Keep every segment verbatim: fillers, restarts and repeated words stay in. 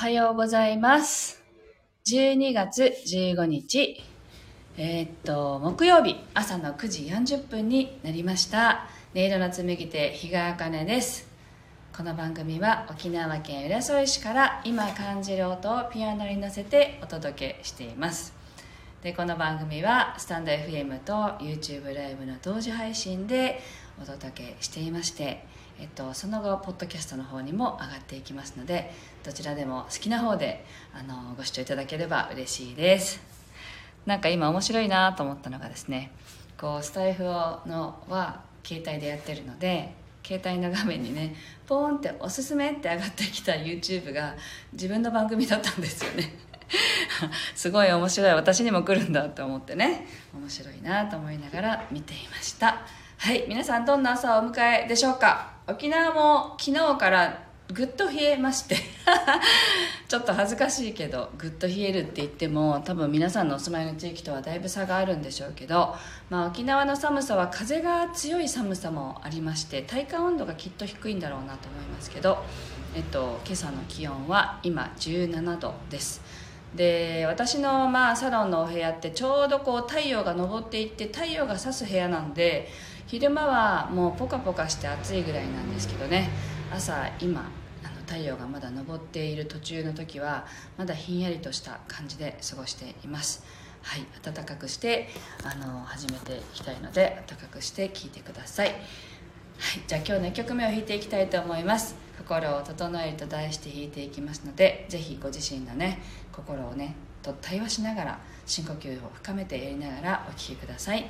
はようございます。じゅうにがつじゅうごにち、えー、っと、木曜日朝のくじよんじゅっぷんになりました。音色の紡ぎ手、比嘉茜です。この番組は沖縄県浦添市から今感じる音をピアノに乗せてお届けしています。でこの番組はスタンド エフエム と YouTube ライブの同時配信でお届けしていまして、えっと、その後ポッドキャストの方にも上がっていきますので、どちらでも好きな方であのご視聴いただければ嬉しいです。なんか今面白いなと思ったのがですね、こうスタイフのは携帯でやってるので、携帯の画面にねポーンっておすすめって上がってきた YouTube が自分の番組だったんですよねすごい面白い、私にも来るんだと思ってね、面白いなと思いながら見ていました。はい、皆さんどんな朝をお迎えでしょうか。沖縄も昨日からぐっと冷えましてちょっと恥ずかしいけど、ぐっと冷えるって言っても多分皆さんのお住まいの地域とはだいぶ差があるんでしょうけど、まあ、沖縄の寒さは風が強い寒さもありまして、体感温度がきっと低いんだろうなと思いますけど、えっと、今朝の気温は今じゅうななどです。で私のまあサロンのお部屋ってちょうどこう太陽が昇っていって太陽が差す部屋なんで、昼間はもうポカポカして暑いぐらいなんですけどね、朝今あの太陽がまだ昇っている途中の時はまだひんやりとした感じで過ごしています。はい、暖かくしてあの始めていきたいので、暖かくして聴いてください。はい、じゃあ今日のいっきょくめを弾いていきたいと思います。心を整えると題して弾いていきますので、ぜひご自身のね心をねと対話しながら深呼吸を深めてやりながらお聴きください。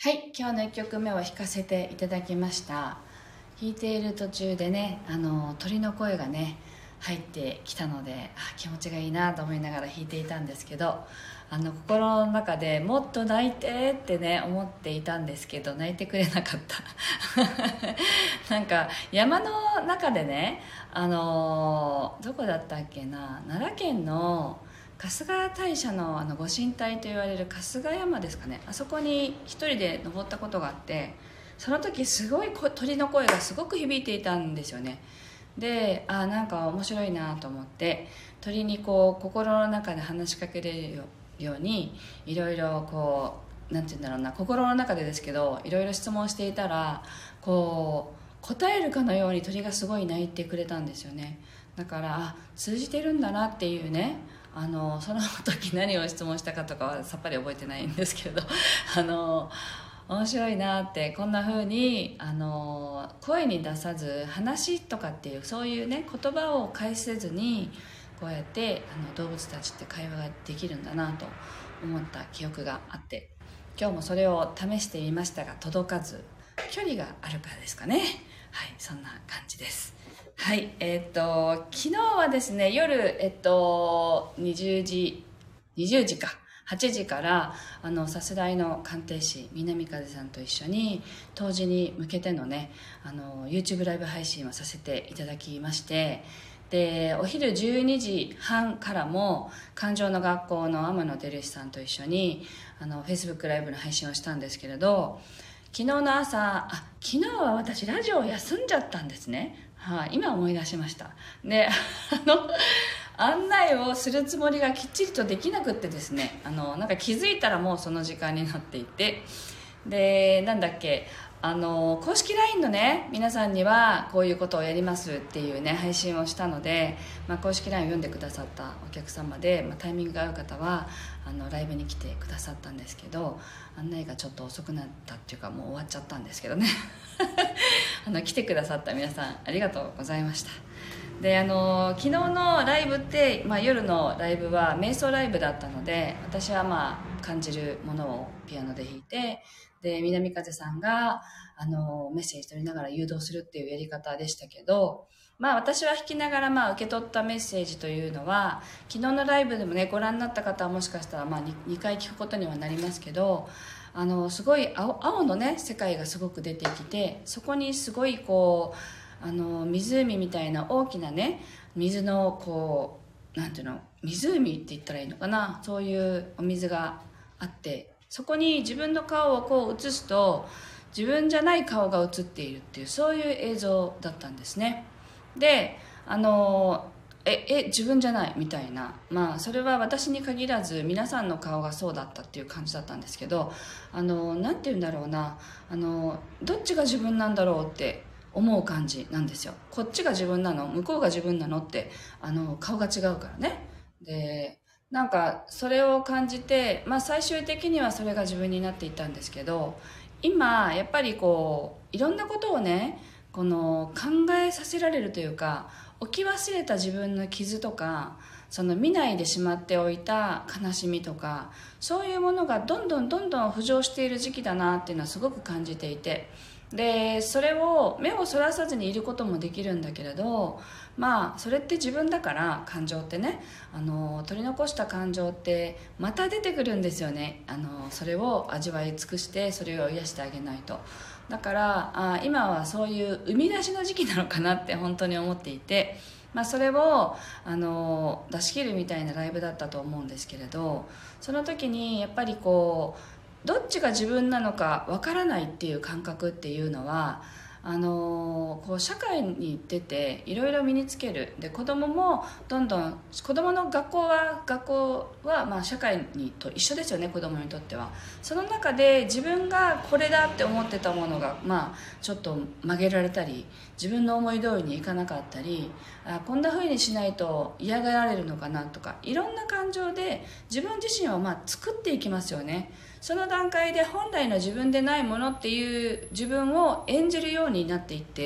はい、今日のいっきょくめを弾かせていただきました。弾いている途中でね、あの鳥の声がね入ってきたので、あ、気持ちがいいなと思いながら弾いていたんですけど、あの心の中でもっと泣いてってね思っていたんですけど、泣いてくれなかったなんか山の中でね、あのどこだったっけな、奈良県の春日大社のあのご神体と言われる春日山ですかね、あそこに一人で登ったことがあって、その時すごい鳥の声がすごく響いていたんですよね。で、あ、なんか面白いなと思って鳥にこう心の中で話しかけれるようにいろいろこうなんて言うんだろうな、心の中でですけどいろいろ質問していたら、こう答えるかのように鳥がすごい鳴いてくれたんですよね。だからあ、通じてるんだなっていうね、あのその時何を質問したかとかはさっぱり覚えてないんですけどあの面白いなって、こんな風にあの声に出さず話とかっていうそういうね言葉を介せずにこうやってあの動物たちって会話ができるんだなと思った記憶があって、今日もそれを試してみましたが届かず、距離があるからですかね。はい、そんな感じです。はい、えーっと昨日はですね、夜えっとにじゅうじにじゅうじかはちじからあのさすらいの鑑定士南風さんと一緒に当時に向けてのね、あの YouTube ライブ配信をさせていただきまして、でお昼じゅうにじはんからも感情の学校の天野照志さんと一緒にあの Facebook ライブの配信をしたんですけれど、昨日の朝、あ、昨日は私ラジオを休んじゃったんですね。はい、今思い出しました。で、あの案内をするつもりがきっちりとできなくってですね、あのなんか気づいたらもうその時間になっていて、でなんだっけ、あの公式 ライン のね皆さんにはこういうことをやりますっていうね配信をしたので、まあ、公式 ライン を読んでくださったお客様で、まあ、タイミングが合う方はあのライブに来てくださったんですけど、案内がちょっと遅くなったっていうかもう終わっちゃったんですけどねあの来てくださった皆さんありがとうございました。であの昨日のライブって、まあ、夜のライブは瞑想ライブだったので、私はまあ感じるものをピアノで弾いて、で南風さんがあのメッセージ取りながら誘導するっていうやり方でしたけど、まあ私は弾きながらまあ受け取ったメッセージというのは、昨日のライブでもねご覧になった方はもしかしたらまあ 2, にかい聞くことにはなりますけど、あのすごい 青, 青のね世界がすごく出てきて、そこにすごいこうあの湖みたいな大きなね水のこうなんていうの、湖って言ったらいいのかな、そういうお水があって、そこに自分の顔をこう映すと自分じゃない顔が映っているっていう、そういう映像だったんですね。であのええ自分じゃないみたいな、まあそれは私に限らず皆さんの顔がそうだったっていう感じだったんですけど、あのなんて言うんだろうな、あのどっちが自分なんだろうって思う感じなんですよ。こっちが自分なの向こうが自分なのって、あの顔が違うからね。でなんかそれを感じて、まあ、最終的にはそれが自分になっていったんですけど、今やっぱりこういろんなことをねこの考えさせられるというか、置き忘れた自分の傷とか、その見ないでしまっておいた悲しみとか、そういうものがどんどんどんどん浮上している時期だなっていうのはすごく感じていて、でそれを目をそらさずにいることもできるんだけれど、まあそれって自分だから、感情ってね、あの取り残した感情ってまた出てくるんですよね。あのそれを味わい尽くしてそれを癒してあげないと。だからあ今はそういう生み出しの時期なのかなって本当に思っていて、まあ、それをあの出し切るみたいなライブだったと思うんですけれど、その時にやっぱりこうどっちが自分なのかわからないっていう感覚っていうのは、あのこう社会に出ていろいろ身につける。で子供もどんどん、子供の学校は学校はまあ社会にと一緒ですよね、子供にとっては。その中で自分がこれだって思ってたものが、まあ、ちょっと曲げられたり、自分の思い通りにいかなかったり、あこんな風にしないと嫌がられるのかなとか、いろんな感情で自分自身をまあ作っていきますよね。その段階で本来の自分でないものっていう自分を演じるようになっていって、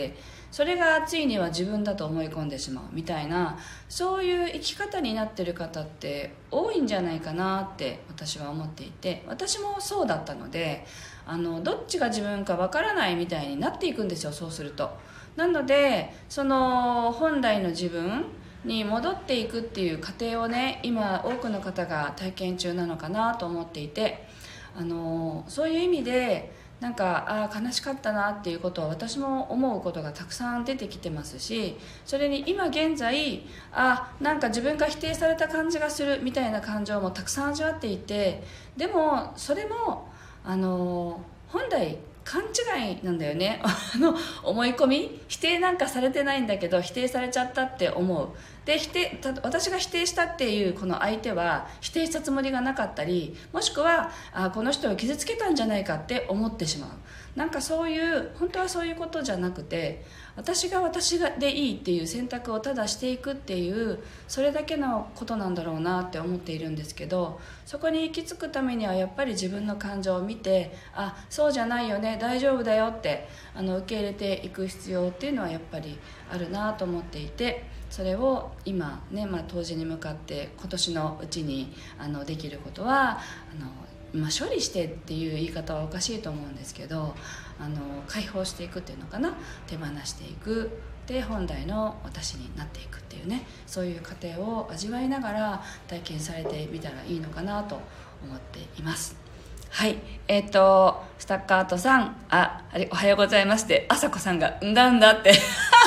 それがついには自分だと思い込んでしまうみたいな、そういう生き方になってる方って多いんじゃないかなって私は思っていて、私もそうだったので、あのどっちが自分かわからないみたいになっていくんですよ、そうすると。なのでその本来の自分に戻っていくっていう過程をね、今多くの方が体験中なのかなと思っていて、あのそういう意味でなんかああ悲しかったなっていうことは私も思うことがたくさん出てきてますし、それに今現在あなんか自分が否定された感じがするみたいな感情もたくさん味わっていて、でもそれもあの本来勘違いなんだよねあの思い込み、否定なんかされてないんだけど否定されちゃったって思う。で否定た私が否定したっていうこの相手は否定したつもりがなかったり、もしくはあこの人を傷つけたんじゃないかって思ってしまう。なんかそういう本当はそういうことじゃなくて、私が私がでいいっていう選択をただしていくっていう、それだけのことなんだろうなって思っているんですけど、そこに行き着くためにはやっぱり自分の感情を見て、あそうじゃないよね大丈夫だよってあの受け入れていく必要っていうのはやっぱりあるなと思っていて、それを今ね、まあ、当時に向かって今年のうちにあのできることはあの、まあ、処理してっていう言い方はおかしいと思うんですけど、あの解放していくっていうのかな、手放していくで本来の私になっていくっていうね、そういう過程を味わいながら体験されてみたらいいのかなと思っています。はい、えっ、ー、とスタッカートさん、ああれおはようございますってあさこさんがんだんだって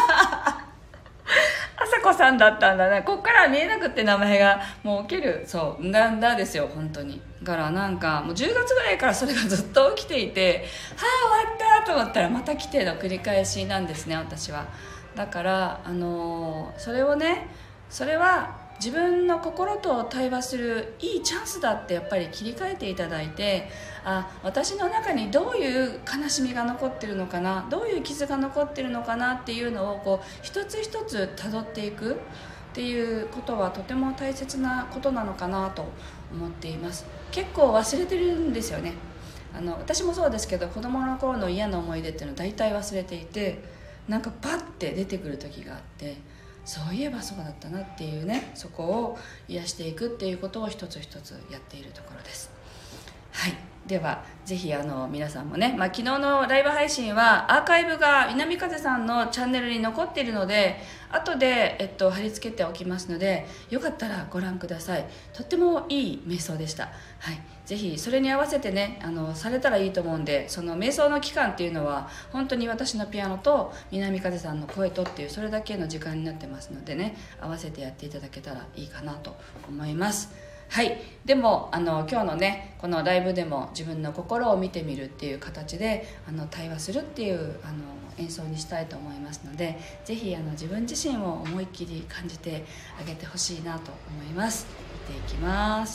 あさこさんだったんだね。こっからは見えなくって名前がもう受ける、そうんだんだですよ本当に。だからなんかもうじゅうがつぐらいからそれがずっと起きていて、はあ終わったと思ったらまた来ての繰り返しなんですね、私は。だからあのー、それをね、それは自分の心と対話するいいチャンスだってやっぱり切り替えていただいて、あ私の中にどういう悲しみが残ってるのかな、どういう傷が残ってるのかなっていうのをこう一つ一つ辿っていくっていうことはとても大切なことなのかなと思っています。結構忘れてるんですよね。あの私もそうですけど、子供の頃の嫌な思い出っていうのは大体忘れていて、なんかパッて出てくる時があって、そういえばそうだったなっていうね、そこを癒していくっていうことを一つ一つやっているところです。はい、ではぜひあの皆さんもね、まあ、昨日のライブ配信はアーカイブが南風さんのチャンネルに残っているので、後で、えっと、貼り付けておきますので、よかったらご覧ください。とってもいい瞑想でした。はい、ぜひそれに合わせてねあのされたらいいと思うんで、その瞑想の期間っていうのは本当に私のピアノと南風さんの声とっていうそれだけの時間になってますのでね、合わせてやっていただけたらいいかなと思います。はい、でもあの今日のねこのライブでも自分の心を見てみるっていう形であの対話するっていうあの演奏にしたいと思いますので、ぜひあの自分自身を思いっきり感じてあげてほしいなと思います。見ていきます。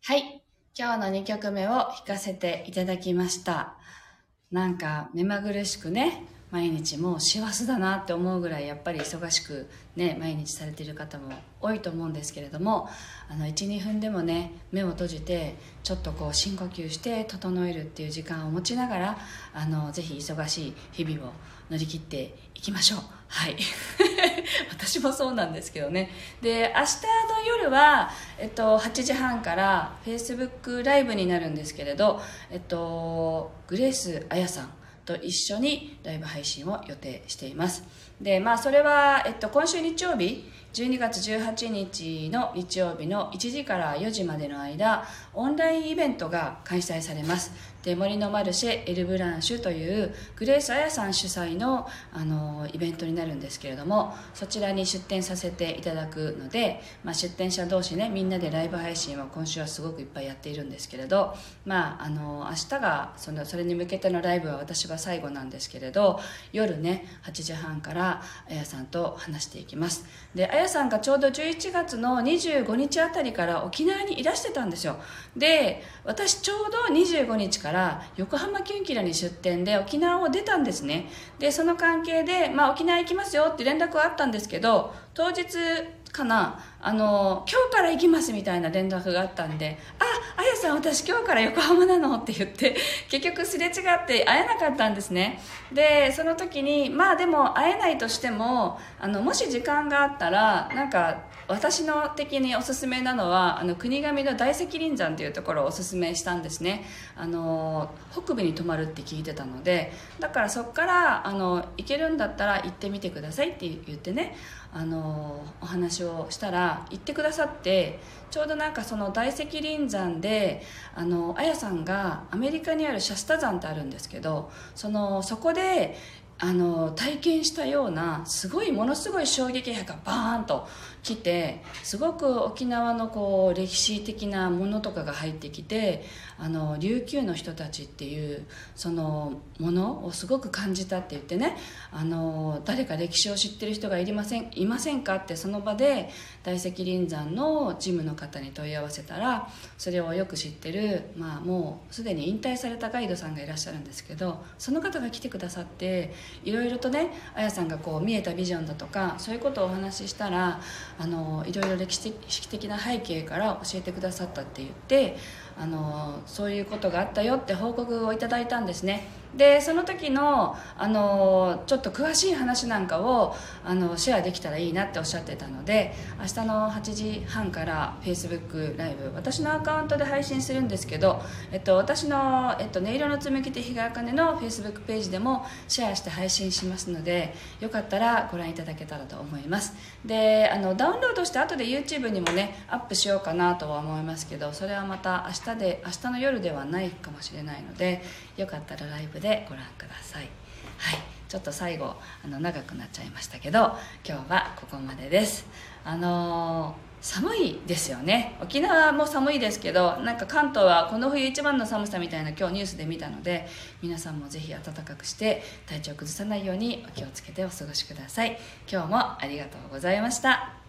はい。今日のにきょくめを弾かせていただきました。なんか目まぐるしくね、毎日もう師走だなって思うぐらいやっぱり忙しくね、毎日されている方も多いと思うんですけれども、あのいち、にふんでもね、目を閉じてちょっとこう深呼吸して整えるっていう時間を持ちながら、あのぜひ忙しい日々を乗り切っていきましょう。はい私もそうなんですけどね。で、明日の夜は、えっと、はちじはんからフェイスブックライブになるんですけれど、えっと、グレースあやさんと一緒にライブ配信を予定しています。で、まあそれは、えっと、今週日曜日じゅうにがつじゅうはちにちの日曜日のいちじからよじまでの間、オンラインイベントが開催されます。で、森のマルシェエルブランシュというグレースあやさん主催の、あのイベントになるんですけれども、そちらに出展させていただくので、まあ、出展者同士ね、みんなでライブ配信は今週はすごくいっぱいやっているんですけれど、まあ、あの明日がそのそれに向けてのライブは私は最後なんですけれど、夜ねはちじはんからあやさんと話していきます。で、あやさんがちょうどじゅういちがつのにじゅうごにちあたりから沖縄にいらしてたんですよ。で、私ちょうどにじゅうごにちから横浜キュンキラに出店で沖縄を出たんですね。で、その関係で、まあ、沖縄行きますよって連絡はあったんですけど、当日かな、あの今日から行きますみたいな連絡があったんで、あ、あやさん私今日から横浜なのって言って結局すれ違って会えなかったんですね。で、その時にまあでも会えないとしても、あのもし時間があったら、なんか私の的におすすめなのはあの国頭の大石林山というところをおすすめしたんですね。あの北部に泊まるって聞いてたので、だからそこからあの行けるんだったら行ってみてくださいって言ってね、あのお話をしたら行ってくださって、ちょうどなんかその大石林山であのあやさんがアメリカにあるシャスタ山ってあるんですけど、そのそこであの体験したようなすごいものすごい衝撃波がバーンと来て、すごく沖縄のこう歴史的なものとかが入ってきて、あの琉球の人たちっていうそのものをすごく感じたって言ってね、あの誰か歴史を知ってる人がいりませんいませんかってその場で大石林山の事務の方に問い合わせたら、それをよく知ってる、まあ、もうすでに引退されたガイドさんがいらっしゃるんですけど、その方が来てくださって、いろいろとねあやさんがこう見えたビジョンだとかそういうことをお話ししたら、あのいろいろ歴史的な背景から教えてくださったって言って、あのそういうことがあったよって報告をいただいたんですね。で、その時のあのちょっと詳しい話なんかをあのシェアできたらいいなっておっしゃってたので、明日のはちじはんからフェイスブックライブ、私のアカウントで配信するんですけど、えっと、私の、えっと、音色の紡ぎ手日川茜のフェイスブックページでもシェアして配信しますので、よかったらご覧いただけたらと思います。で、あのダウンロードして後で YouTube にもねアップしようかなとは思いますけど、それはまた明日で明日の夜ではないかもしれないので、よかったらライブでご覧ください。はい、ちょっと最後あの長くなっちゃいましたけど、今日はここまでです。あのー寒いですよね。沖縄も寒いですけど、なんか関東はこの冬一番の寒さみたいな今日ニュースで見たので、皆さんもぜひ暖かくして体調を崩さないようにお気をつけてお過ごしください。今日もありがとうございました。